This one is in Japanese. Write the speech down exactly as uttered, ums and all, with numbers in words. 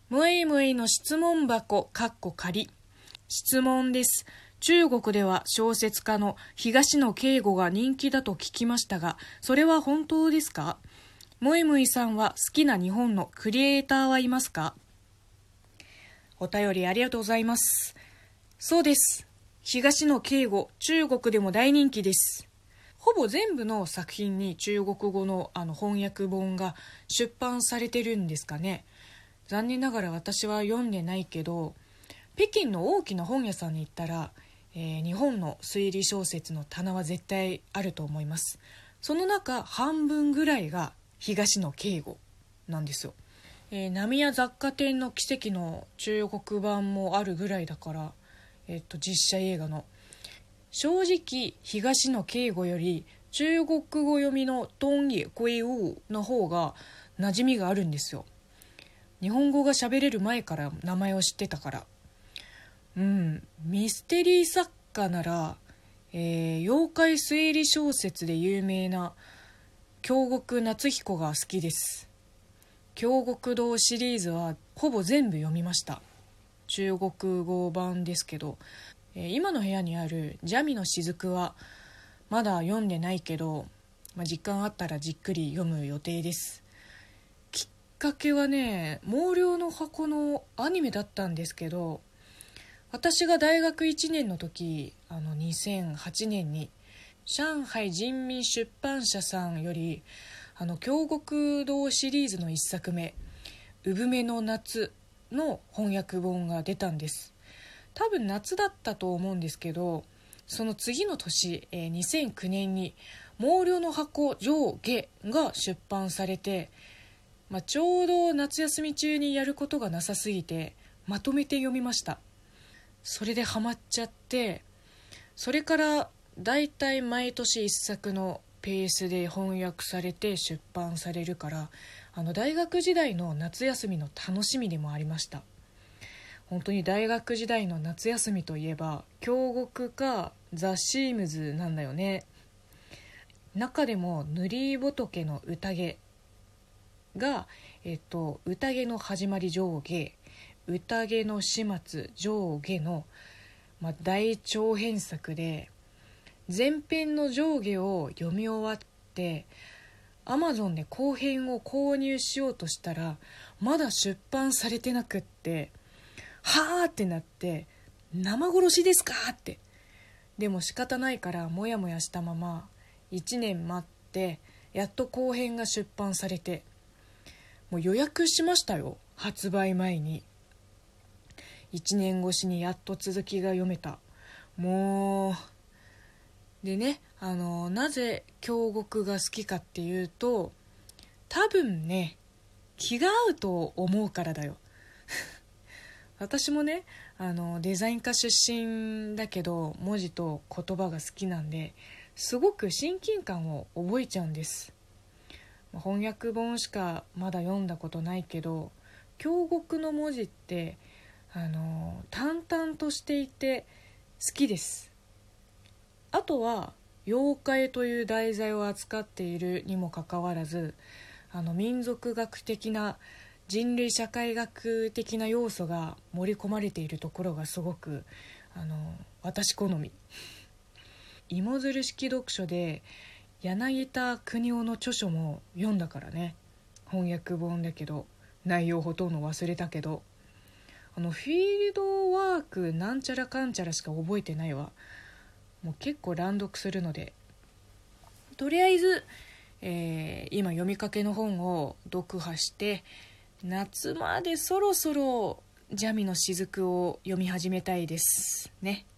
むいむいの質問箱かっこ仮。質問です。中国では小説家の東野圭吾が人気だと聞きましたが、それは本当ですか？むいむいさんは好きな日本のクリエイターはいますか？お便りありがとうございます。そうです。東野圭吾、中国でも大人気です。ほぼ全部の作品に中国語のあの翻訳本が出版されてるんですかね。残念ながら私は読んでないけど、北京の大きな本屋さんに行ったら、えー、日本の推理小説の棚は絶対あると思います。その中半分ぐらいが東野圭吾なんですよ。えー、浪屋雑貨店の奇跡の中国版もあるぐらいだから、えー、と実写映画の正直東野圭吾より中国語読みのトン野圭吾の方が馴染みがあるんですよ。日本語が喋れる前から名前を知ってたから。うん、ミステリー作家なら、えー、妖怪推理小説で有名な京極夏彦が好きです。京極堂シリーズはほぼ全部読みました。中国語版ですけど、えー、今の部屋にあるジャミの雫はまだ読んでないけど、まあ、時間あったらじっくり読む予定です。きっかけはね、毛量の箱のアニメだったんですけど、私が大学いちねんの時、あのにせんはちねんに上海人民出版社さんよりあの京極堂シリーズのいっさくめ産めの夏の翻訳本が出たんです。多分夏だったと思うんですけど、その次の年、えー、にせんきゅうねんに毛量の箱上下が出版されて、まあ、ちょうど夏休み中にやることがなさすぎてまとめて読みました。それでハマっちゃって、それからだいたい毎年いっさくのペースで翻訳されて出版されるから、あの大学時代の夏休みの楽しみでもありました。本当に大学時代の夏休みといえば京極かザ・シームズなんだよね。中でも塗り仏の宴が、えっと、宴の始まり上下、宴の始末上下の、まあ、大長編作で、前編の上下を読み終わってアマゾンで後編を購入しようとしたらまだ出版されてなくって、はーってなって、生殺しですかって。でも仕方ないからモヤモヤしたままいちねん待って、やっと後編が出版されて、もう予約しましたよ、発売前に。いちねん越しにやっと続きが読めた。もうでね、あのなぜ京極が好きかっていうと、多分ね、気が合うと思うからだよ。私もね、あのデザイン科出身だけど文字と言葉が好きなんで、すごく親近感を覚えちゃうんです。翻訳本しかまだ読んだことないけど、京極の文字ってあの淡々としていて好きです。あとは妖怪という題材を扱っているにもかかわらず、あの民族学的な人類社会学的な要素が盛り込まれているところがすごくあの私好み。芋づる式読書で柳田国男の著書も読んだからね。翻訳本だけど内容ほとんど忘れたけど、あのフィールドワークなんちゃらかんちゃらしか覚えてないわ。もう結構乱読するので、とりあえず、えー、今読みかけの本を読破して、夏までそろそろジャミの雫を読み始めたいですね。